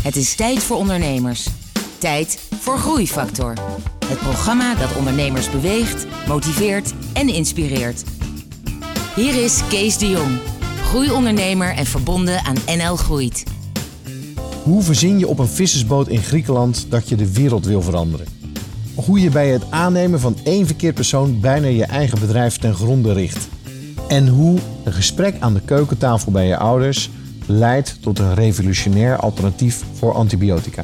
Het is tijd voor ondernemers. Tijd voor Groeifactor. Het programma dat ondernemers beweegt, motiveert en inspireert. Hier is Kees de Jong, groeiondernemer en verbonden aan NL Groeit. Hoe verzin je op een vissersboot in Griekenland dat je de wereld wil veranderen? Hoe je bij het aannemen van 1 verkeerd persoon bijna je eigen bedrijf ten gronde richt. En hoe een gesprek aan de keukentafel bij je ouders leidt tot een revolutionair alternatief voor antibiotica.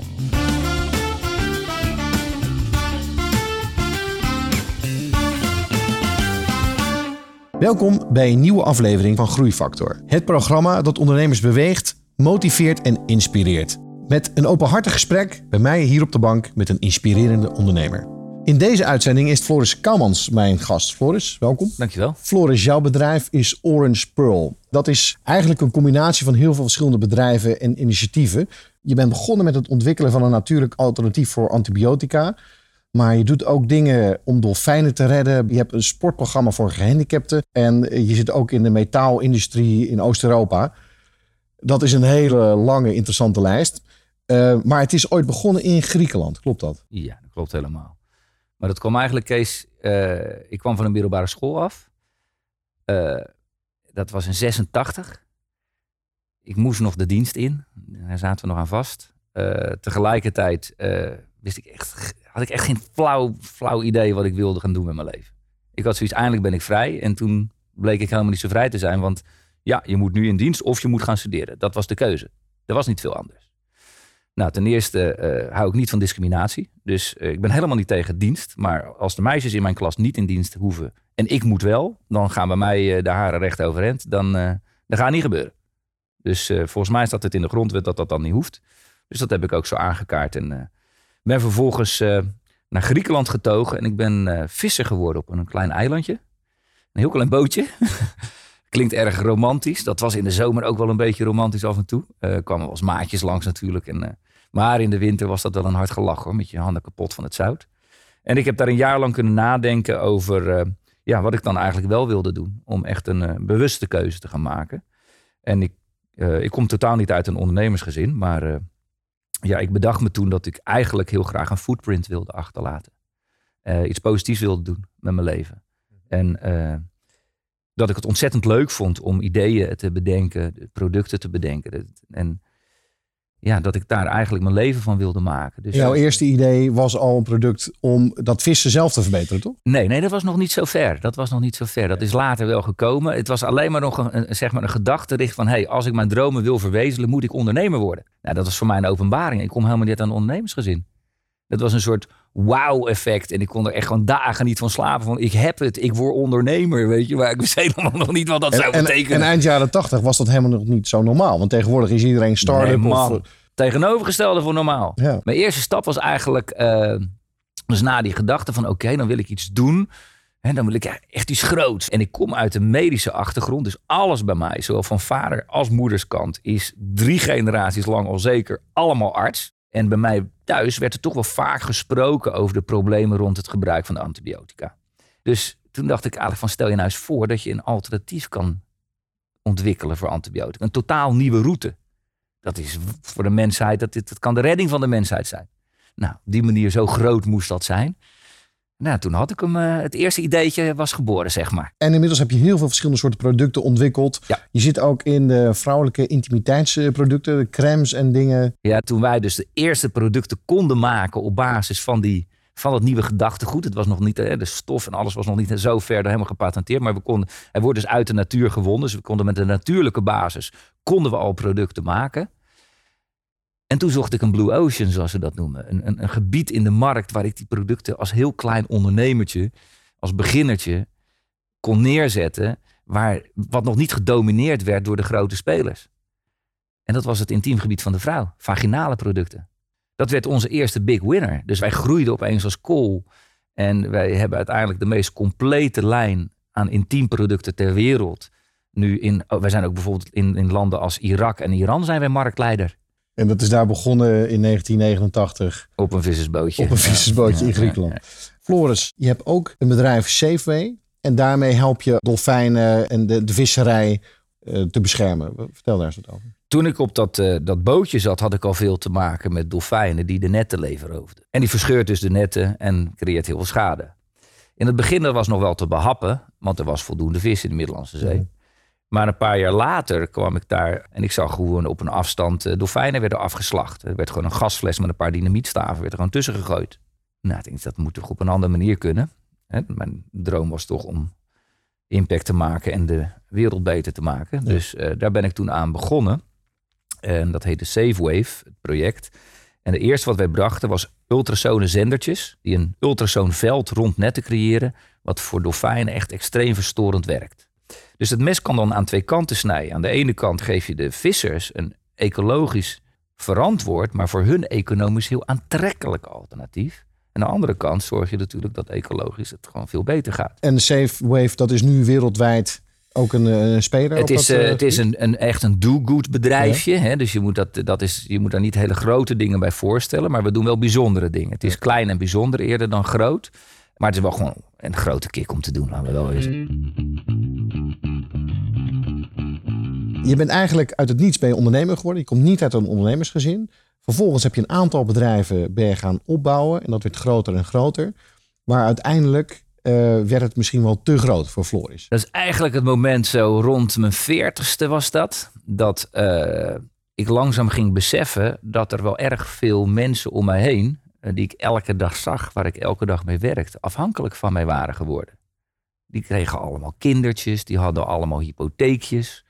Welkom bij een nieuwe aflevering van Groeifactor. Het programma dat ondernemers beweegt, motiveert en inspireert. Met een openhartig gesprek bij mij hier op de bank met een inspirerende ondernemer. In deze uitzending is Floris Kouwmans mijn gast. Floris, welkom. Dankjewel. Floris, jouw bedrijf is Orange Pearl. Dat is eigenlijk een combinatie van heel veel verschillende bedrijven en initiatieven. Je bent begonnen met het ontwikkelen van een natuurlijk alternatief voor antibiotica. Maar je doet ook dingen om dolfijnen te redden. Je hebt een sportprogramma voor gehandicapten. En je zit ook in de metaalindustrie in Oost-Europa. Dat is een hele lange, interessante lijst. Maar het is ooit begonnen in Griekenland. Klopt dat? Ja, dat klopt helemaal. Maar dat kwam eigenlijk, Kees... ik kwam van een middelbare school af. Dat was in 86. Ik moest nog de dienst in. Daar zaten we nog aan vast. Tegelijkertijd had ik echt geen flauw idee wat ik wilde gaan doen met mijn leven. Ik had zoiets, eindelijk ben ik vrij. En toen bleek ik helemaal niet zo vrij te zijn. Want ja, je moet nu in dienst of je moet gaan studeren. Dat was de keuze. Er was niet veel anders. Nou, ten eerste hou ik niet van discriminatie. Dus ik ben helemaal niet tegen dienst. Maar als de meisjes in mijn klas niet in dienst hoeven en ik moet wel, dan gaan bij mij de haren recht overeind. Dan gaat het niet gebeuren. Dus volgens mij staat het in de grondwet dat dat dan niet hoeft. Dus dat heb ik ook zo aangekaart. En ben vervolgens naar Griekenland getogen. En ik ben visser geworden op een klein eilandje. Een heel klein bootje. Klinkt erg romantisch. Dat was in de zomer ook wel een beetje romantisch af en toe. Kwamen wel eens maatjes langs natuurlijk. Maar in de winter was dat wel een hard gelach hoor. Met je handen kapot van het zout. En ik heb daar een jaar lang kunnen nadenken over wat ik dan eigenlijk wel wilde doen. Om echt een bewuste keuze te gaan maken. En ik kom totaal niet uit een ondernemersgezin. Maar ik bedacht me toen dat ik eigenlijk heel graag een footprint wilde achterlaten. Iets positiefs wilde doen met mijn leven. En dat ik het ontzettend leuk vond om ideeën te bedenken, producten te bedenken. En ja, dat ik daar eigenlijk mijn leven van wilde maken. Dus jouw eerste idee was al een product om dat vissen zelf te verbeteren, toch? Nee, dat was nog niet zo ver. Dat is later wel gekomen. Het was alleen maar nog een gedachtenricht van, hey, als ik mijn dromen wil verwezenlijken, moet ik ondernemer worden. Nou, dat was voor mij een openbaring. Ik kom helemaal niet uit een ondernemersgezin. Dat was een soort wow-effect. En ik kon er echt gewoon dagen niet van slapen. Van, ik heb het, ik word ondernemer, weet je. Maar ik wist helemaal nog niet wat dat zou betekenen. En eind jaren 80 was dat helemaal nog niet zo normaal. Want tegenwoordig is iedereen start-up. Tegenovergestelde voor normaal. Ja. Mijn eerste stap was eigenlijk dus na die gedachte van oké, dan wil ik iets doen. En dan wil ik echt iets groots. En ik kom uit een medische achtergrond. Dus alles bij mij, zowel van vader als moederskant, is 3 generaties lang al zeker allemaal arts. En bij mij thuis werd er toch wel vaak gesproken over de problemen rond het gebruik van de antibiotica. Dus toen dacht ik eigenlijk van, stel je nou eens voor dat je een alternatief kan ontwikkelen voor antibiotica. Een totaal nieuwe route. Dat is voor de mensheid, dat kan de redding van de mensheid zijn. Nou, op die manier zo groot moest dat zijn. Nou, toen had ik hem, het eerste ideetje was geboren, zeg maar. En inmiddels heb je heel veel verschillende soorten producten ontwikkeld. Ja. Je zit ook in de vrouwelijke intimiteitsproducten, de crèmes en dingen. Ja, toen wij dus de eerste producten konden maken op basis van het nieuwe gedachtegoed. Het was nog niet, de stof en alles was nog niet zo ver helemaal gepatenteerd. Maar hij wordt dus uit de natuur gewonnen. Dus we konden met de natuurlijke basis, konden we al producten maken. En toen zocht ik een blue ocean, zoals ze dat noemen. Een gebied in de markt waar ik die producten als heel klein ondernemertje, als beginnertje, kon neerzetten. Wat nog niet gedomineerd werd door de grote spelers. En dat was het intiemgebied van de vrouw. Vaginale producten. Dat werd onze eerste big winner. Dus wij groeiden opeens als kool. En wij hebben uiteindelijk de meest complete lijn aan intiemproducten ter wereld. Wij zijn ook bijvoorbeeld in landen als Irak en Iran zijn wij marktleider. En dat is daar begonnen in 1989. Op een vissersbootje. Op een vissersbootje in Griekenland. Ja. Floris, je hebt ook een bedrijf Safeway. En daarmee help je dolfijnen en de visserij te beschermen. Vertel daar eens wat over. Toen ik op dat bootje zat, had ik al veel te maken met dolfijnen die de netten leverhoofden. En die verscheurt dus de netten en creëert heel veel schade. In het begin dat was nog wel te behappen, want er was voldoende vis in de Middellandse Zee. Ja. Maar een paar jaar later kwam ik daar en ik zag gewoon op een afstand dolfijnen werden afgeslacht. Er werd gewoon een gasfles met een paar dynamietstaven werd er gewoon tussen gegooid. Nou, ik denk dat moet toch op een andere manier kunnen. Mijn droom was toch om impact te maken en de wereld beter te maken. Ja. Dus daar ben ik toen aan begonnen. En dat heette SafeWave, het project. En het eerste wat wij brachten was ultrasone zendertjes die een ultrasoonveld rond netten creëren, wat voor dolfijnen echt extreem verstorend werkt. Dus het mes kan dan aan twee kanten snijden. Aan de ene kant geef je de vissers een ecologisch verantwoord, maar voor hun economisch heel aantrekkelijk alternatief. En aan de andere kant zorg je natuurlijk dat ecologisch het gewoon veel beter gaat. En SafeWave, dat is nu wereldwijd ook een speler? Het is echt een do-good bedrijfje. Ja. Hè? Dus je moet daar niet hele grote dingen bij voorstellen. Maar we doen wel bijzondere dingen. Het is klein en bijzonder eerder dan groot. Maar het is wel gewoon een grote kick om te doen. Laten we wel eens. Je bent eigenlijk uit het niets ben je ondernemer geworden. Je komt niet uit een ondernemersgezin. Vervolgens heb je een aantal bedrijven ben je gaan opbouwen. En dat werd groter en groter. Maar uiteindelijk werd het misschien wel te groot voor Floris. Dat is eigenlijk het moment zo rond mijn 40ste was dat. Dat ik langzaam ging beseffen dat er wel erg veel mensen om mij heen, die ik elke dag zag, waar ik elke dag mee werkte, afhankelijk van mij waren geworden. Die kregen allemaal kindertjes, die hadden allemaal hypotheekjes.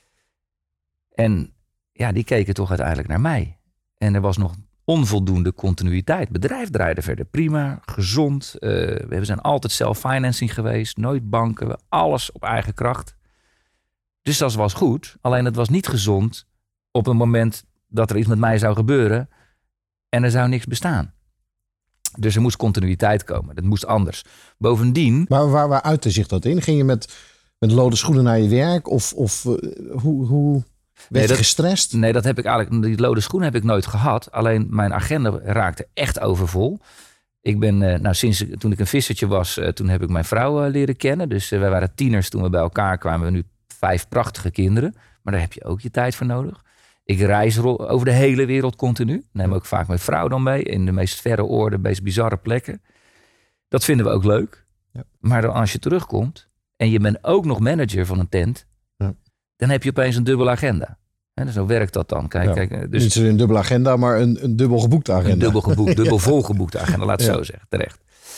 En ja, die keken toch uiteindelijk naar mij. En er was nog onvoldoende continuïteit. Het bedrijf draaide verder prima, gezond. We zijn altijd self-financing geweest, nooit banken, alles op eigen kracht. Dus dat was goed, alleen het was niet gezond op het moment dat er iets met mij zou gebeuren en er zou niks bestaan. Dus er moest continuïteit komen, dat moest anders. Bovendien... Maar waar uitte zich dat in? Ging je met lode schoenen naar je werk of hoe... Ben je gestrest? Nee, dat heb ik eigenlijk. Die lode schoenen heb ik nooit gehad. Alleen mijn agenda raakte echt overvol. Ik ben, sinds toen ik een vissertje was, toen heb ik mijn vrouw leren kennen. Dus wij waren tieners toen we bij elkaar kwamen. We nu 5 prachtige kinderen. Maar daar heb je ook je tijd voor nodig. Ik reis over de hele wereld continu. Neem ook vaak mijn vrouw dan mee. In de meest verre oorden, de meest bizarre plekken. Dat vinden we ook leuk. Ja. Maar dan als je terugkomt en je bent ook nog manager van een tent, dan heb je opeens een dubbele agenda. En zo werkt dat dan. Kijk, dus niet een dubbele agenda, maar een dubbel geboekte agenda. Dubbel volgeboekte agenda, laat het zo zeggen. Terecht.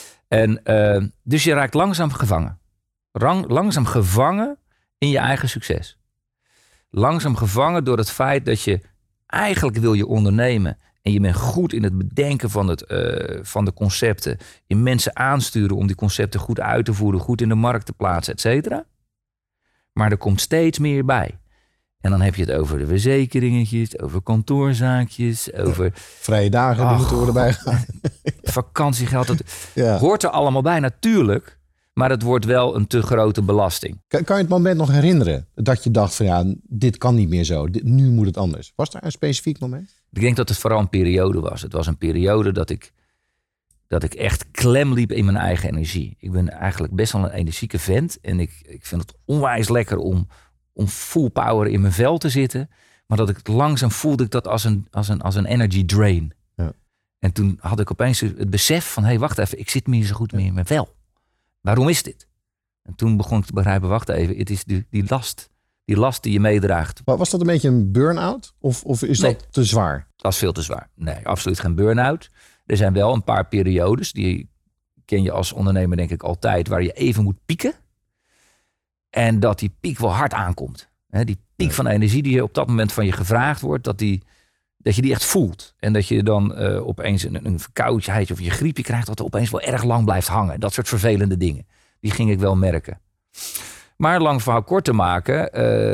En dus je raakt langzaam gevangen. Langzaam gevangen in je eigen succes. Langzaam gevangen door het feit dat je eigenlijk wil je ondernemen. En je bent goed in het bedenken van de concepten. Je mensen aansturen om die concepten goed uit te voeren. Goed in de markt te plaatsen, et cetera. Maar er komt steeds meer bij. En dan heb je het over de verzekeringetjes, over kantoorzaakjes, over... Vrije dagen, die moeten worden bijgegaan. Vakantiegeld, dat hoort er allemaal bij natuurlijk. Maar het wordt wel een te grote belasting. Kan je het moment nog herinneren dat je dacht van dit kan niet meer zo. Nu moet het anders. Was daar een specifiek moment? Ik denk dat het vooral een periode was. Het was een periode dat ik echt klem liep in mijn eigen energie. Ik ben eigenlijk best wel een energieke vent. En ik vind het onwijs lekker om full power in mijn vel te zitten. Maar dat ik langzaam voelde dat als een energy drain. Ja. En toen had ik opeens het besef van, wacht even, ik zit niet zo goed meer in mijn vel. Waarom is dit? En toen begon ik te begrijpen, wacht even, het is die last die je meedraagt. Maar was dat een beetje een burn-out? Of is dat te zwaar? Dat is veel te zwaar. Nee, absoluut geen burn-out. Er zijn wel een paar periodes, die ken je als ondernemer denk ik altijd, waar je even moet pieken. En dat die piek wel hard aankomt. Die piek van energie die op dat moment van je gevraagd wordt, dat je die echt voelt. En dat je dan opeens een verkoudheid of je griepje krijgt, dat er opeens wel erg lang blijft hangen. Dat soort vervelende dingen. Die ging ik wel merken. Maar lang verhaal kort te maken,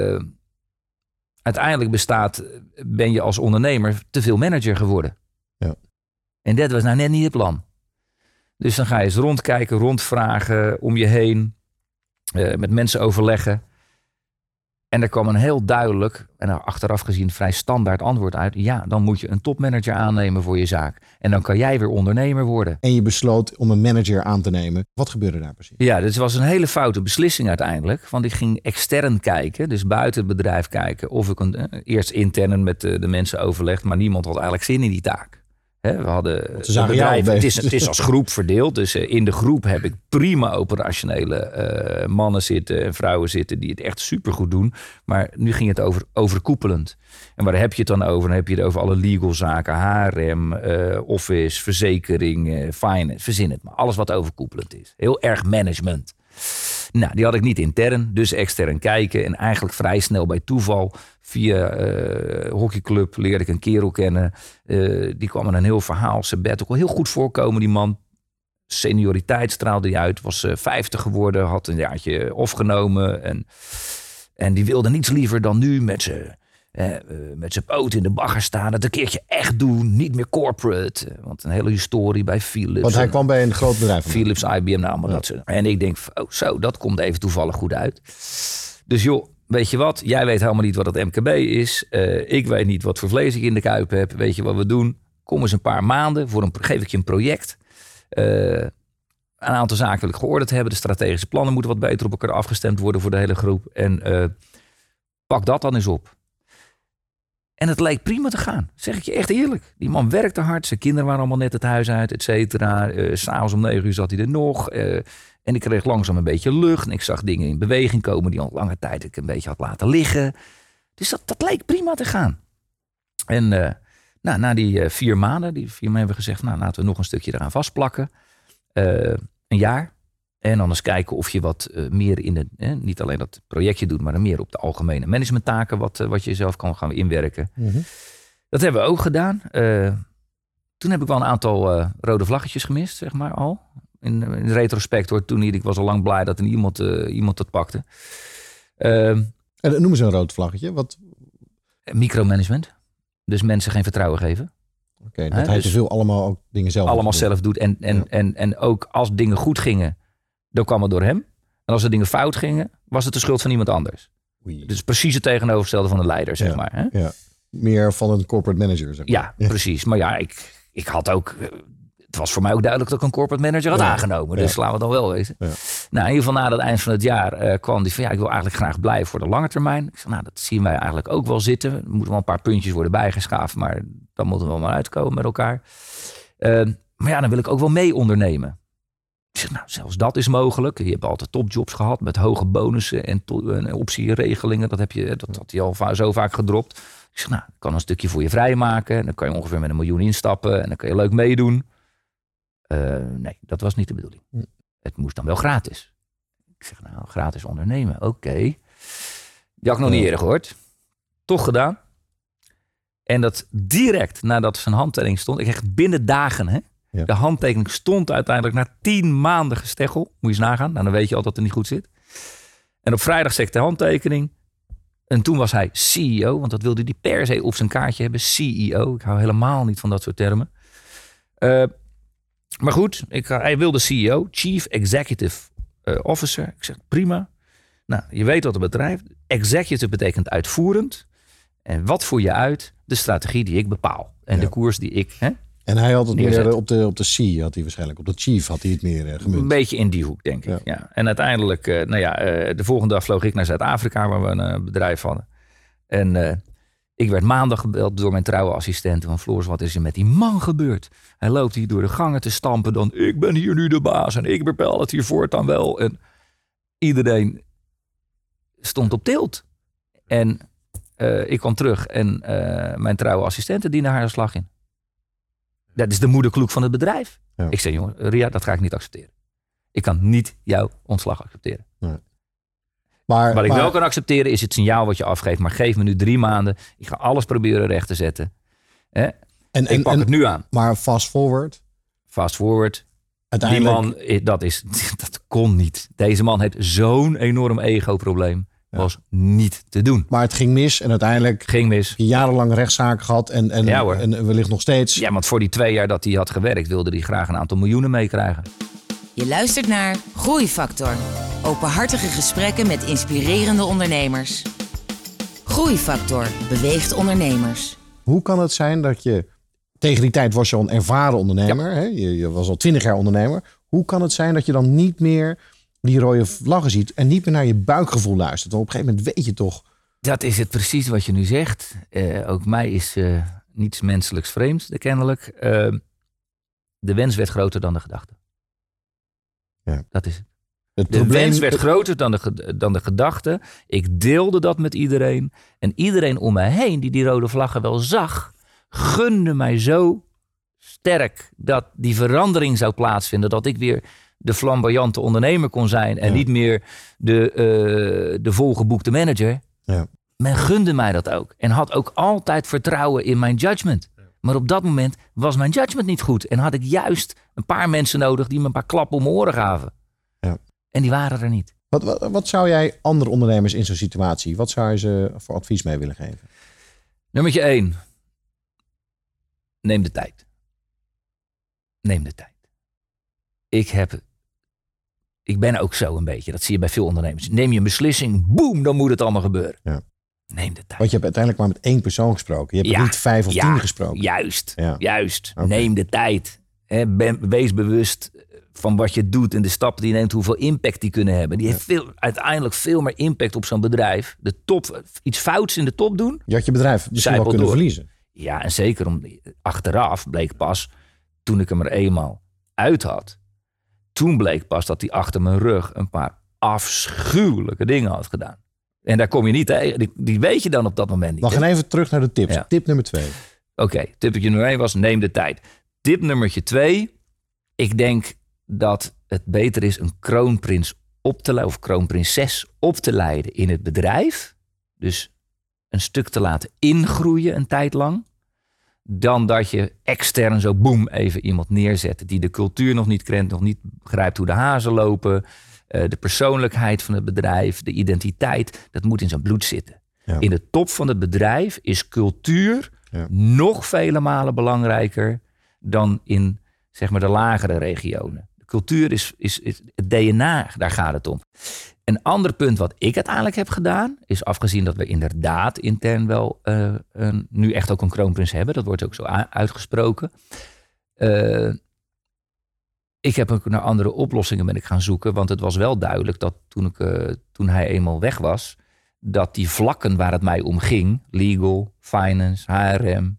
uiteindelijk ben je als ondernemer te veel manager geworden. Ja. En dat was nou net niet het plan. Dus dan ga je eens rondkijken, rondvragen, om je heen. Met mensen overleggen. En er kwam een heel duidelijk, en achteraf gezien vrij standaard antwoord uit. Ja, dan moet je een topmanager aannemen voor je zaak. En dan kan jij weer ondernemer worden. En je besloot om een manager aan te nemen. Wat gebeurde daar precies? Ja, dit was een hele foute beslissing uiteindelijk. Want ik ging extern kijken, dus buiten het bedrijf kijken. Of ik eerst intern met de mensen overlegd. Maar niemand had eigenlijk zin in die taak. We hadden het bedrijf, het is als groep verdeeld. Dus in de groep heb ik prima operationele mannen zitten en vrouwen zitten die het echt supergoed doen. Maar nu ging het overkoepelend. En waar heb je het dan over? Dan heb je het over alle legal zaken, HRM, office, verzekering, finance, verzin het maar. Alles wat overkoepelend is. Heel erg management. Nou, die had ik niet intern, dus extern kijken. En eigenlijk vrij snel bij toeval via hockeyclub leerde ik een kerel kennen. Die kwam met een heel verhaal. Sabbatical, heel goed voorkomen die man. Senioriteit straalde hij uit. Was 50 geworden, had een jaartje afgenomen. En die wilde niets liever dan nu met zijn poot in de bagger staan. Het een keertje echt doen, niet meer corporate. Want een hele historie bij Philips. Want hij kwam bij een groot bedrijf. Philips, IBM, nou allemaal dat soort. En ik denk, dat komt even toevallig goed uit. Dus joh, weet je wat? Jij weet helemaal niet wat het MKB is. Ik weet niet wat voor vlees ik in de kuip heb. Weet je wat we doen? Kom eens een paar maanden, geef ik je een project. Een aantal zaken wil ik geordend hebben. De strategische plannen moeten wat beter op elkaar afgestemd worden voor de hele groep. En pak dat dan eens op. En het leek prima te gaan. Zeg ik je echt eerlijk. Die man werkte hard. Zijn kinderen waren allemaal net het huis uit, et cetera. 'S'avonds om 9 uur zat hij er nog. En ik kreeg langzaam een beetje lucht. En ik zag dingen in beweging komen die al lange tijd ik een beetje had laten liggen. Dus dat leek prima te gaan. En na die 4 maanden hebben we gezegd, nou, laten we nog een stukje eraan vastplakken. Een jaar. En dan eens kijken of je wat meer in niet alleen dat projectje doet, maar meer op de algemene managementtaken wat je zelf kan gaan inwerken. Mm-hmm. Dat hebben we ook gedaan. Toen heb ik wel een aantal rode vlaggetjes gemist, zeg maar al. In retrospect hoor, ik was al lang blij dat er iemand dat pakte. En noemen ze een rood vlaggetje? Wat? Micromanagement. Dus mensen geen vertrouwen geven. Oké, dat hij te veel allemaal ook dingen zelf allemaal zelf doet. En ook als dingen goed gingen, dan kwam het door hem. En als er dingen fout gingen, was het de schuld van iemand anders. Oei. Dus precies het tegenovergestelde van een leider, zeg maar. Hè? Ja. Meer van een corporate manager, zeg maar. Ja, precies. Maar ja, ik had ook... Het was voor mij ook duidelijk dat ik een corporate manager had aangenomen. Dus laten we het dan wel weten. Ja. Nou, in ieder geval na het eind van het jaar kwam die van... ik wil eigenlijk graag blijven voor de lange termijn. Ik zei, dat zien wij eigenlijk ook wel zitten. Er moeten wel een paar puntjes worden bijgeschaafd. Maar dan moeten we wel maar uitkomen met elkaar. Maar ja, dan wil ik ook wel mee ondernemen. Ik zeg, nou, zelfs dat is mogelijk. Je hebt altijd topjobs gehad met hoge bonussen en optieregelingen. Dat had hij al zo vaak gedropt. Ik zeg, nou, ik kan een stukje voor je vrijmaken. En dan kan je ongeveer met 1 miljoen instappen. En dan kan je leuk meedoen. Nee, dat was niet de bedoeling. Het moest dan wel gratis. Ik zeg, nou, gratis ondernemen. Oké. Die had ik nog niet eerder gehoord. Toch gedaan. En dat direct nadat zijn handtekening stond. Ik echt binnen dagen, hè. Ja. De handtekening stond uiteindelijk na 10 maanden gesteggel. Moet je eens nagaan. Nou, dan weet je al dat het niet goed zit. En op vrijdag zet ik de handtekening. En toen was hij CEO. Want dat wilde hij per se op zijn kaartje hebben. CEO. Ik hou helemaal niet van dat soort termen. Maar goed, hij wilde CEO. Chief Executive Officer. Ik zeg prima. Nou, je weet wat het bedrijf. Executive betekent uitvoerend. En wat voer je uit? De strategie die ik bepaal. En de koers die ik... En hij had het meer op de C, had hij waarschijnlijk. Op de chief had hij het meer gemunt. Een beetje in die hoek, denk ik. Ja. En uiteindelijk, de volgende dag vloog ik naar Zuid-Afrika, waar we een bedrijf hadden. En ik werd maandag gebeld door mijn trouwe assistent. Van Floris, wat is er met die man gebeurd? Hij loopt hier door de gangen te stampen. Dan, ik ben hier nu de baas en ik bepaal het hier voortaan wel. En iedereen stond op tilt. En ik kwam terug en mijn trouwe assistente diende haar slag in. Dat is de moederkloek van het bedrijf. Ja. Ik zei, jongen, Ria, dat ga ik niet accepteren. Ik kan niet jouw ontslag accepteren. Nee. Maar wat ik wel kan accepteren is het signaal wat je afgeeft. Maar geef me nu 3 maanden. Ik ga alles proberen recht te zetten. Ik pak het nu aan. Maar fast forward. Uiteindelijk. Die man, dat kon niet. Deze man heeft zo'n enorm ego-probleem. Was niet te doen. Maar het ging mis en uiteindelijk ging mis. Jarenlang rechtszaken gehad en wellicht nog steeds. Ja, want voor die 2 jaar dat hij had gewerkt wilde hij graag een aantal miljoenen meekrijgen. Je luistert naar Groeifactor. Openhartige gesprekken met inspirerende ondernemers. Groeifactor beweegt ondernemers. Hoe kan het zijn dat je... Tegen die tijd was je al een ervaren ondernemer. Ja. Hè? Je was al 20 jaar ondernemer. Hoe kan het zijn dat je dan niet meer die rode vlaggen ziet... en niet meer naar je buikgevoel luistert? Want op een gegeven moment weet je toch... Dat is het precies wat je nu zegt. Ook mij is niets menselijks vreemds, kennelijk. De wens werd groter dan de gedachte. Ja. Dat is het. Het wens werd groter dan de gedachte. Ik deelde dat met iedereen. En iedereen om mij heen die rode vlaggen wel zag... gunde mij zo sterk dat die verandering zou plaatsvinden. Dat ik weer de flamboyante ondernemer kon zijn. En niet meer de volgeboekte manager. Ja. Men gunde mij dat ook. En had ook altijd vertrouwen in mijn judgment. Maar op dat moment was mijn judgment niet goed. En had ik juist een paar mensen nodig die me een paar klappen om mijn oren gaven. Ja. En die waren er niet. Wat zou jij andere ondernemers in zo'n situatie... wat zou je ze voor advies mee willen geven? Nummertje 1. Neem de tijd. Neem de tijd. Ik ben ook zo een beetje. Dat zie je bij veel ondernemers. Neem je een beslissing. Boem, dan moet het allemaal gebeuren. Ja. Neem de tijd. Want je hebt uiteindelijk maar met 1 persoon gesproken. Je hebt niet 5 of 10 gesproken. Juist. Okay. Neem de tijd. Wees bewust van wat je doet en de stappen die je neemt, hoeveel impact die kunnen hebben. Die heeft uiteindelijk veel meer impact op zo'n bedrijf. De top, iets fouts in de top doen. Je had je bedrijf misschien wel kunnen verliezen. Ja, en zeker achteraf bleek pas, toen ik hem er eenmaal uit had, toen bleek pas dat hij achter mijn rug een paar afschuwelijke dingen had gedaan. En daar kom je niet tegen. Die weet je dan op dat moment niet. We gaan even terug naar de tips. Ja. Tip nummer 2. Oké, tipje nummer 1 was neem de tijd. Tip nummertje 2. Ik denk dat het beter is een kroonprins op te leiden of kroonprinses op te leiden in het bedrijf. Dus een stuk te laten ingroeien een tijd lang. Dan dat je extern zo boem even iemand neerzet die de cultuur nog niet kent, nog niet begrijpt hoe de hazen lopen. De persoonlijkheid van het bedrijf, de identiteit, dat moet in zijn bloed zitten. Ja. In de top van het bedrijf is cultuur nog vele malen belangrijker dan in zeg maar de lagere regionen. De cultuur is het DNA, daar gaat het om. Een ander punt wat ik uiteindelijk heb gedaan, is afgezien dat we inderdaad intern wel nu echt ook een kroonprins hebben. Dat wordt ook zo uitgesproken. Ik heb ook naar andere oplossingen gaan zoeken. Want het was wel duidelijk dat toen hij eenmaal weg was, dat die vlakken waar het mij om ging, legal, finance, HRM,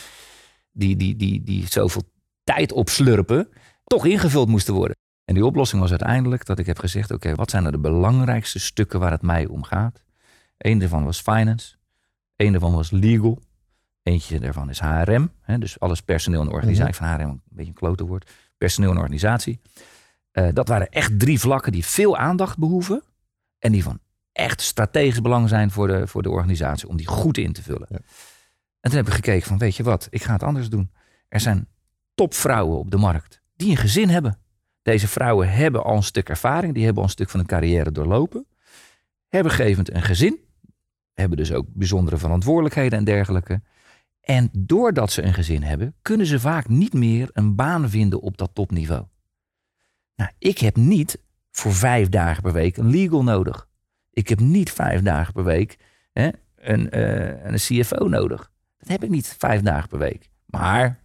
die zoveel tijd opslurpen, toch ingevuld moesten worden. En die oplossing was uiteindelijk dat ik heb gezegd, oké, wat zijn er de belangrijkste stukken waar het mij om gaat? Eén daarvan was finance. Eén daarvan was legal. Eentje daarvan is HRM. Dus alles personeel en organisatie. Van HRM een beetje een klote woord. Personeel en organisatie. Dat waren echt 3 vlakken die veel aandacht behoeven. En die van echt strategisch belang zijn voor de organisatie. Om die goed in te vullen. Ja. En toen heb ik gekeken van, weet je wat, ik ga het anders doen. Er zijn topvrouwen op de markt die een gezin hebben. Deze vrouwen hebben al een stuk ervaring. Die hebben al een stuk van hun carrière doorlopen. Hebben gegevend een gezin. Hebben dus ook bijzondere verantwoordelijkheden en dergelijke. En doordat ze een gezin hebben, kunnen ze vaak niet meer een baan vinden op dat topniveau. Nou, ik heb niet voor 5 dagen per week een legal nodig. Ik heb niet 5 dagen per week een CFO nodig. Dat heb ik niet 5 dagen per week. Maar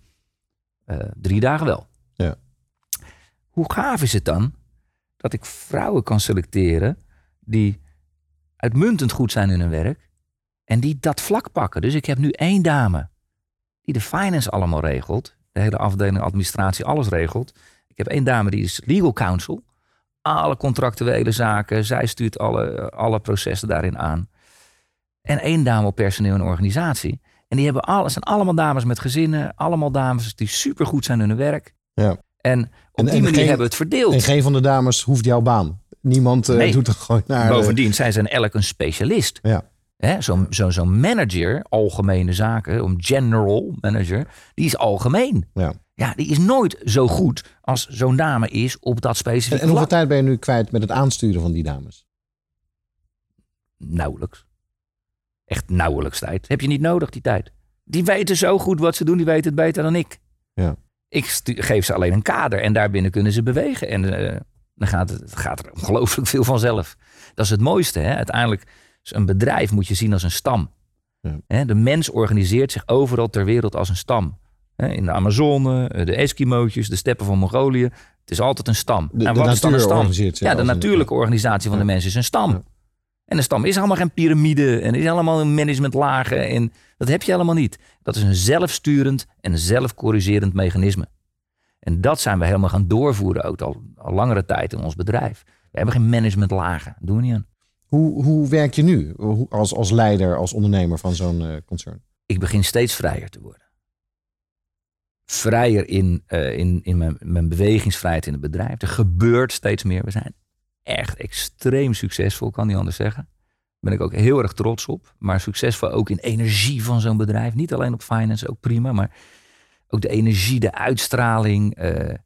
3 dagen wel. Ja. Hoe gaaf is het dan dat ik vrouwen kan selecteren die uitmuntend goed zijn in hun werk en die dat vlak pakken. Dus ik heb nu 1 dame die de finance allemaal regelt, de hele afdeling administratie alles regelt. Ik heb 1 dame die is legal counsel, alle contractuele zaken, zij stuurt alle processen daarin aan. En 1 dame op personeel en organisatie. En die hebben zijn allemaal dames met gezinnen, allemaal dames die supergoed zijn in hun werk. Ja. En op die manier hebben we het verdeeld. En geen van de dames hoeft jouw baan. Niemand doet er gewoon naar. Bovendien zijn ze elk een specialist. Ja. Zo'n manager, algemene zaken, een general manager, die is algemeen. Ja, die is nooit zo goed als zo'n dame is op dat specifieke En hoeveel tijd ben je nu kwijt met het aansturen van die dames? Nauwelijks. Echt nauwelijks tijd. Heb je niet nodig, die tijd. Die weten zo goed wat ze doen, die weten het beter dan ik. Ja. Ik geef ze alleen een kader en daarbinnen kunnen ze bewegen. En dan gaat er ongelooflijk veel vanzelf. Dat is het mooiste. Hè? Uiteindelijk Dus een bedrijf moet je zien als een stam. Ja. De mens organiseert zich overal ter wereld als een stam. In de Amazone, de Eskimootjes, de steppen van Mongolië. Het is altijd een stam. De wat is dan een stam? Ja, de natuurlijke organisatie van de mens is een stam. Ja. En een stam is allemaal geen piramide en is allemaal een managementlagen. En dat heb je helemaal niet. Dat is een zelfsturend en zelfcorrigerend mechanisme. En dat zijn we helemaal gaan doorvoeren ook al langere tijd in ons bedrijf. We hebben geen managementlagen. Dat doen we niet aan. Hoe werk je nu als leider, als ondernemer van zo'n concern? Ik begin steeds vrijer te worden. Vrijer in mijn bewegingsvrijheid in het bedrijf. Er gebeurt steeds meer. We zijn echt extreem succesvol, kan niet anders zeggen. Daar ben ik ook heel erg trots op. Maar succesvol ook in energie van zo'n bedrijf. Niet alleen op finance, ook prima. Maar ook de energie, de uitstraling.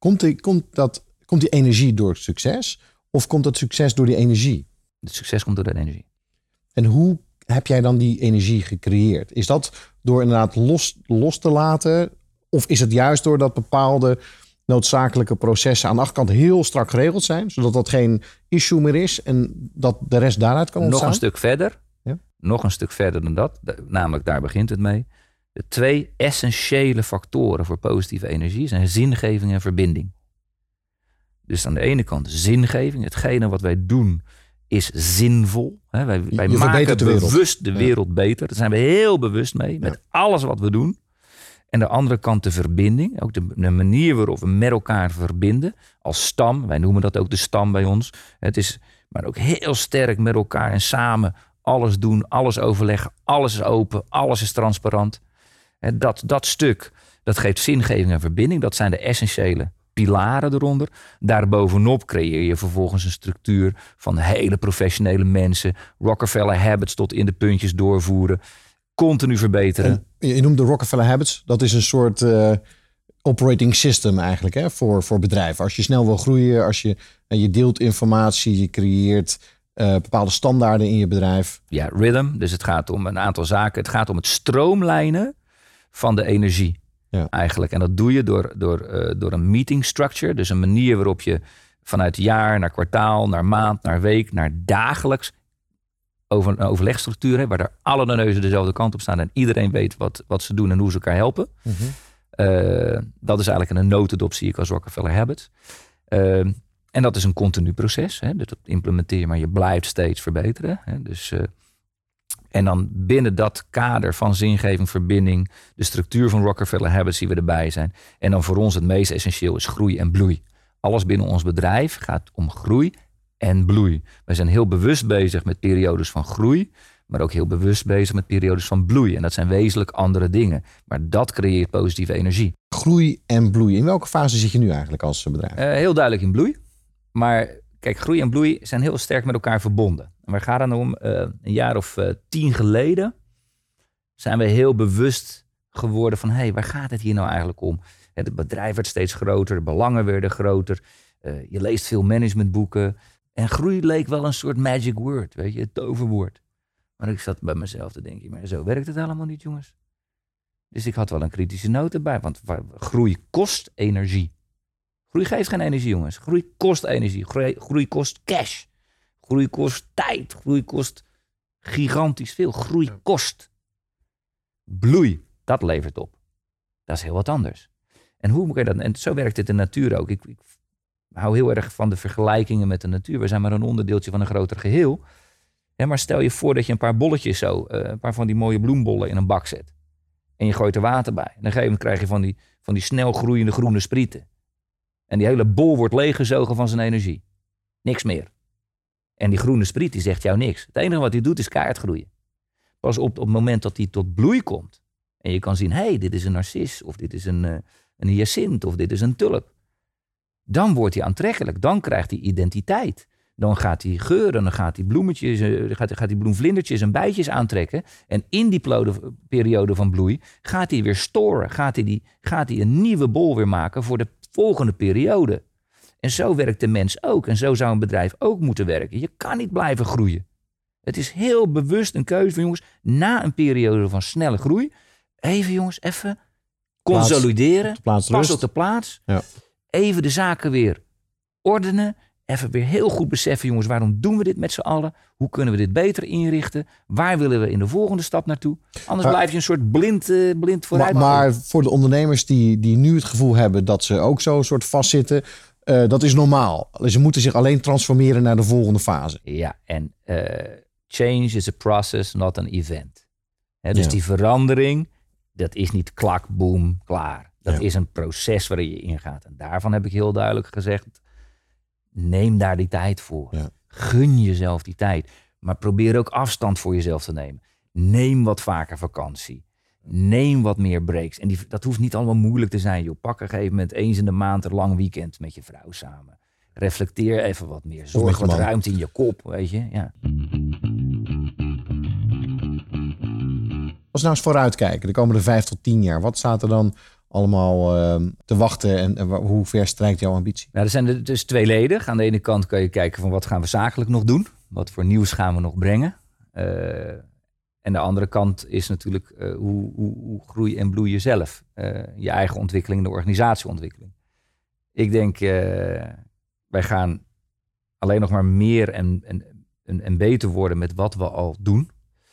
Komt die energie door het succes? Of komt dat succes door die energie? Het succes komt door de energie. En hoe heb jij dan die energie gecreëerd? Is dat door inderdaad los te laten? Of is het juist doordat bepaalde noodzakelijke processen aan de achterkant heel strak geregeld zijn, zodat dat geen issue meer is en dat de rest daaruit kan ontstaan? Nog een stuk verder. Ja? Nog een stuk verder dan dat. Namelijk, daar begint het mee. De 2 essentiële factoren voor positieve energie zijn zingeving en verbinding. Dus aan de ene kant zingeving. Hetgene wat wij doen is zinvol. Wij maken bewust de wereld beter. Daar zijn we heel bewust mee. Met alles wat we doen. En de andere kant de verbinding. Ook de manier waarop we met elkaar verbinden. Als stam. Wij noemen dat ook de stam bij ons. Het is maar ook heel sterk met elkaar en samen alles doen. Alles overleggen. Alles is open. Alles is transparant. Dat stuk, dat geeft zingeving en verbinding. Dat zijn de essentiële pilaren eronder. Daarbovenop creëer je vervolgens een structuur van hele professionele mensen. Rockefeller habits tot in de puntjes doorvoeren. Continu verbeteren. En je noemt de Rockefeller habits. Dat is een soort operating system eigenlijk voor bedrijven. Als je snel wil groeien, als je deelt informatie, je creëert bepaalde standaarden in je bedrijf. Ja, rhythm. Dus het gaat om een aantal zaken. Het gaat om het stroomlijnen van de energie. Ja. Eigenlijk. En dat doe je door een meeting structure. Dus een manier waarop je vanuit jaar naar kwartaal, naar maand, naar week, naar dagelijks over een overlegstructuur hebt, waar er alle de neuzen dezelfde kant op staan en iedereen weet wat ze doen en hoe ze elkaar helpen. Mm-hmm. Dat is eigenlijk een notendop, zie ik als Rockefeller habits. En dat is een continu proces. Dus dat implementeer je, maar je blijft steeds verbeteren. Dus en dan binnen dat kader van zingeving, verbinding, de structuur van Rockefeller habits die we erbij zijn. En dan voor ons het meest essentieel is groei en bloei. Alles binnen ons bedrijf gaat om groei en bloei. Wij zijn heel bewust bezig met periodes van groei, maar ook heel bewust bezig met periodes van bloei. En dat zijn wezenlijk andere dingen. Maar dat creëert positieve energie. Groei en bloei. In welke fase zit je nu eigenlijk als bedrijf? Heel duidelijk in bloei. Maar kijk, groei en bloei zijn heel sterk met elkaar verbonden. En waar gaat het om? Een jaar of 10 geleden zijn we heel bewust geworden van, waar gaat het hier nou eigenlijk om? Het bedrijf werd steeds groter, de belangen werden groter. Je leest veel managementboeken. En groei leek wel een soort magic word, weet je, het toverwoord. Maar ik zat bij mezelf te denken, maar zo werkt het helemaal niet, jongens. Dus ik had wel een kritische noot erbij, want groei kost energie. Groei geeft geen energie, jongens. Groei kost energie. Groei kost cash. Groei kost tijd. Groei kost gigantisch veel. Groei kost. Bloei, dat levert op. Dat is heel wat anders. En hoe moet je dat? En zo werkt het in de natuur ook. Ik hou heel erg van de vergelijkingen met de natuur. We zijn maar een onderdeeltje van een groter geheel. Maar stel je voor dat je een paar bolletjes een paar van die mooie bloembollen in een bak zet. En je gooit er water bij. En op een gegeven moment krijg je van die snel groeiende groene sprieten. En die hele bol wordt leeggezogen van zijn energie. Niks meer. En die groene spriet die zegt jou niks. Het enige wat hij doet is keihard groeien. Pas op het moment dat hij tot bloei komt. En je kan zien, dit is een narcis. Of dit is een hyacint. Of dit is een tulp. Dan wordt hij aantrekkelijk. Dan krijgt hij identiteit. Dan gaat hij geuren. Dan gaat hij bloemetjes, gaat hij bloemvlindertjes en bijtjes aantrekken. En in die periode van bloei gaat hij weer storen. Gaat hij een nieuwe bol weer maken voor de volgende periode. En zo werkt de mens ook. En zo zou een bedrijf ook moeten werken. Je kan niet blijven groeien. Het is heel bewust een keuze van jongens. Na een periode van snelle groei. Even consolideren. Pas op de plaats. Ja. Even de zaken weer ordenen. even weer heel goed beseffen, jongens, waarom doen we dit met z'n allen? Hoe kunnen we dit beter inrichten? Waar willen we in de volgende stap naartoe? Anders blijf je een soort blind vooruit. Maar voor de ondernemers die nu het gevoel hebben dat ze ook zo soort vastzitten, dat is normaal. Ze moeten zich alleen transformeren naar de volgende fase. Ja, en change is a process, not an event. Dus die verandering, dat is niet klak, boom, klaar. Dat is een proces waarin je ingaat. En daarvan heb ik heel duidelijk gezegd, neem daar die tijd voor. Ja. Gun jezelf die tijd. Maar probeer ook afstand voor jezelf te nemen. Neem wat vaker vakantie. Neem wat meer breaks. En dat hoeft niet allemaal moeilijk te zijn. Joh. Pak op een gegeven moment eens in de maand een lang weekend met je vrouw samen. Reflecteer even wat meer. Zorg wat ruimte in je kop, weet je. Ja. Als we nou eens vooruitkijken, de komende 5 tot 10 jaar. Wat staat er dan allemaal te wachten en hoe ver strijkt jouw ambitie? Nou, er zijn er dus tweeledig. Aan de ene kant kan je kijken van wat gaan we zakelijk nog doen? Wat voor nieuws gaan we nog brengen? En de andere kant is natuurlijk hoe groei en bloei je zelf. Je eigen ontwikkeling, de organisatieontwikkeling. Ik denk, wij gaan alleen nog maar meer en beter worden met wat we al doen.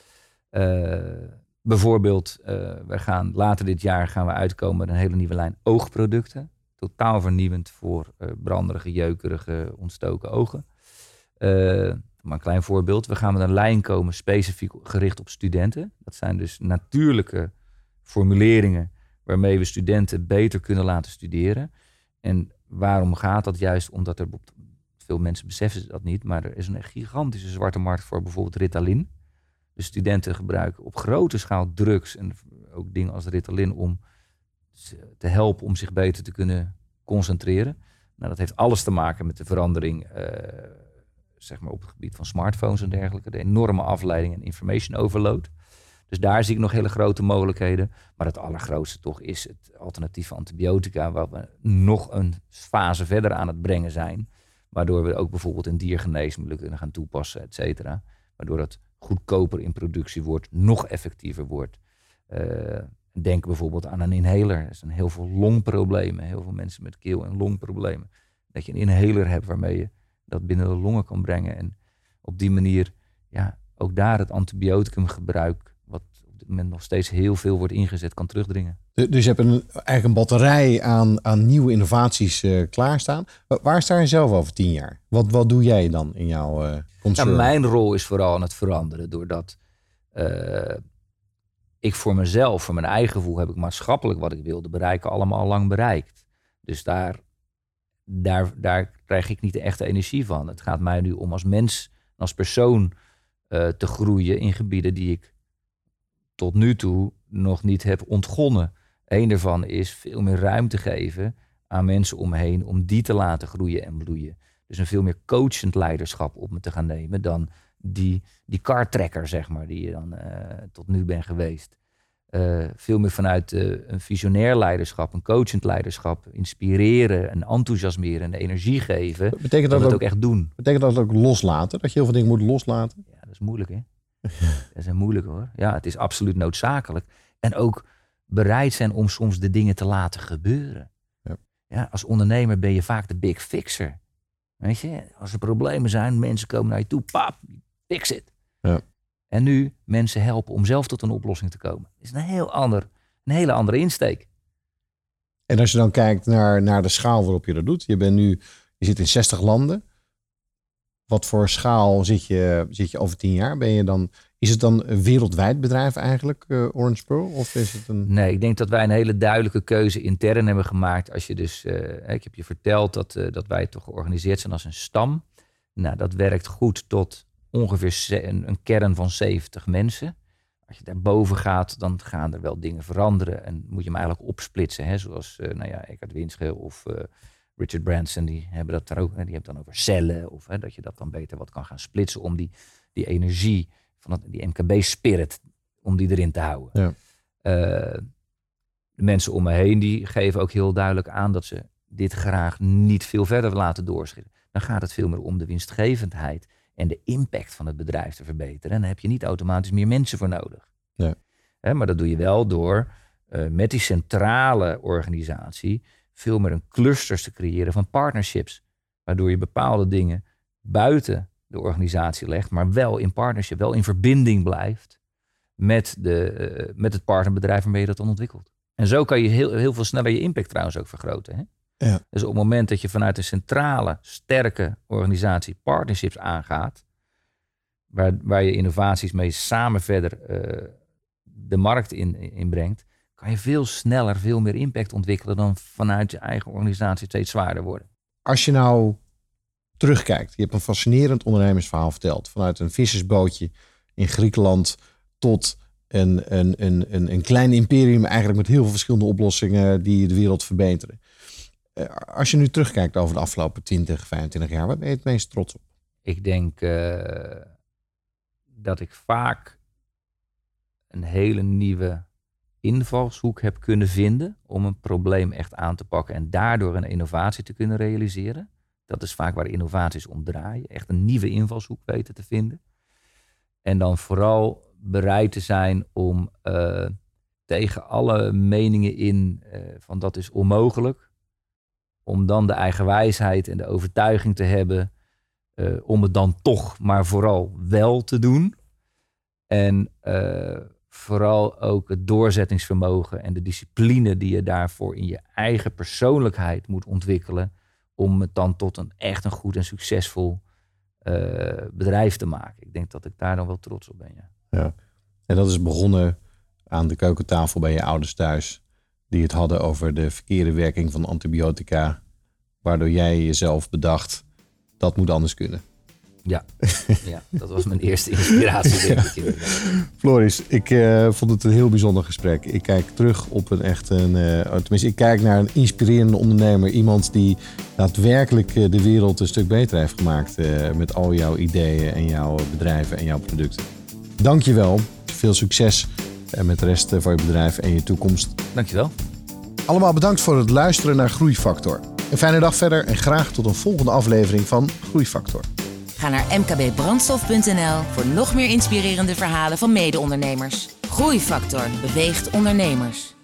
Bijvoorbeeld, later dit jaar gaan we uitkomen met een hele nieuwe lijn oogproducten. Totaal vernieuwend voor branderige, jeukerige, ontstoken ogen. Maar een klein voorbeeld. We gaan met een lijn komen specifiek gericht op studenten. Dat zijn dus natuurlijke formuleringen waarmee we studenten beter kunnen laten studeren. En waarom gaat dat? Juist omdat veel mensen beseffen dat niet, maar er is een gigantische zwarte markt voor bijvoorbeeld Ritalin. De studenten gebruiken op grote schaal drugs en ook dingen als Ritalin om te helpen om zich beter te kunnen concentreren. Nou, dat heeft alles te maken met de verandering zeg maar op het gebied van smartphones en dergelijke. De enorme afleiding en information overload. Dus daar zie ik nog hele grote mogelijkheden. Maar het allergrootste toch is het alternatieve antibiotica, waar we nog een fase verder aan het brengen zijn. Waardoor we ook bijvoorbeeld in diergeneesmiddelen kunnen gaan toepassen, et cetera. Waardoor het goedkoper in productie wordt, nog effectiever wordt. Denk bijvoorbeeld aan een inhaler. Er zijn heel veel longproblemen. Heel veel mensen met keel- en longproblemen. Dat je een inhaler hebt waarmee je dat binnen de longen kan brengen. En op die manier, ja, ook daar het antibioticumgebruik, wat op dit moment nog steeds heel veel wordt ingezet, kan terugdringen. Dus je hebt eigenlijk een batterij aan nieuwe innovaties klaarstaan. Waar sta je zelf over 10 jaar? Wat doe jij dan in jouw concern? Nou, mijn rol is vooral aan het veranderen. Doordat ik voor mezelf, voor mijn eigen gevoel, heb ik maatschappelijk wat ik wilde bereiken allemaal al lang bereikt. Dus daar krijg ik niet de echte energie van. Het gaat mij nu om als mens, als persoon te groeien in gebieden die ik tot nu toe nog niet heb ontgonnen. Eén daarvan is veel meer ruimte geven aan mensen om me heen om die te laten groeien en bloeien. Dus een veel meer coachend leiderschap op me te gaan nemen dan die kartrekker, zeg maar, die je dan tot nu bent geweest. Veel meer vanuit een visionair leiderschap, een coachend leiderschap, inspireren en enthousiasmeren en energie geven. Betekent dat ook echt doen. Betekent dat ook loslaten? Dat je heel veel dingen moet loslaten? Ja, dat is moeilijk, hè? Dat is moeilijk, hoor. Ja, het is absoluut noodzakelijk. En ook bereid zijn om soms de dingen te laten gebeuren. Ja, als ondernemer ben je vaak de big fixer. Weet je, als er problemen zijn, mensen komen naar je toe, pap, fix it. Ja. En nu mensen helpen om zelf tot een oplossing te komen. Dat is een hele andere insteek. En als je dan kijkt naar de schaal waarop je dat doet. Je zit in 60 landen. Wat voor schaal zit je over 10 jaar? Is het dan een wereldwijd bedrijf eigenlijk, Orange Pearl? Of is het een... Nee, ik denk dat wij een hele duidelijke keuze intern hebben gemaakt. Als je dus, ik heb je verteld dat wij toch georganiseerd zijn als een stam. Nou, dat werkt goed tot ongeveer een kern van 70 mensen. Als je daarboven gaat, dan gaan er wel dingen veranderen. En moet je hem eigenlijk opsplitsen. Hè? Zoals Eckhart Winschel of Richard Branson, die hebben dat daar ook. Die hebben dan over cellen. Of dat je dat dan beter wat kan gaan splitsen om die energie van die MKB-spirit, om die erin te houden. Ja. De mensen om me heen, die geven ook heel duidelijk aan dat ze dit graag niet veel verder laten doorschieten. Dan gaat het veel meer om de winstgevendheid en de impact van het bedrijf te verbeteren. En dan heb je niet automatisch meer mensen voor nodig. Ja. Maar dat doe je wel door met die centrale organisatie veel meer een clusters te creëren van partnerships. Waardoor je bepaalde dingen buiten de organisatie legt, maar wel in partnership, wel in verbinding blijft met het partnerbedrijf waarmee je dat dan ontwikkelt. En zo kan je heel veel sneller je impact trouwens ook vergroten. Hè? Ja. Dus op het moment dat je vanuit een centrale, sterke organisatie partnerships aangaat, waar je innovaties mee samen verder de markt in brengt, kan je veel sneller, veel meer impact ontwikkelen dan vanuit je eigen organisatie steeds zwaarder worden. Als je nou terugkijkt, je hebt een fascinerend ondernemersverhaal verteld. Vanuit een vissersbootje in Griekenland tot een klein imperium eigenlijk met heel veel verschillende oplossingen die de wereld verbeteren. Als je nu terugkijkt over de afgelopen 20, 25 jaar, waar ben je het meest trots op? Ik denk dat ik vaak een hele nieuwe invalshoek heb kunnen vinden om een probleem echt aan te pakken en daardoor een innovatie te kunnen realiseren. Dat is vaak waar innovaties om draaien. Echt een nieuwe invalshoek weten te vinden. En dan vooral bereid te zijn om tegen alle meningen in van dat is onmogelijk, om dan de eigen wijsheid en de overtuiging te hebben om het dan toch maar vooral wel te doen. En vooral ook het doorzettingsvermogen en de discipline die je daarvoor in je eigen persoonlijkheid moet ontwikkelen om het dan tot een goed en succesvol bedrijf te maken. Ik denk dat ik daar dan wel trots op ben, ja. En dat is begonnen aan de keukentafel bij je ouders thuis, die het hadden over de verkeerde werking van antibiotica, waardoor jij jezelf bedacht, dat moet anders kunnen. Ja, dat was mijn eerste inspiratie, denk ik. Floris, ik vond het een heel bijzonder gesprek. Ik kijk terug op tenminste, ik kijk naar een inspirerende ondernemer. Iemand die daadwerkelijk de wereld een stuk beter heeft gemaakt met al jouw ideeën en jouw bedrijven en jouw producten. Dank je wel. Veel succes met de rest van je bedrijf en je toekomst. Dank je wel. Allemaal bedankt voor het luisteren naar Groeifactor. Een fijne dag verder en graag tot een volgende aflevering van Groeifactor. Ga naar mkbbrandstof.nl voor nog meer inspirerende verhalen van mede-ondernemers. Groeifactor beweegt ondernemers.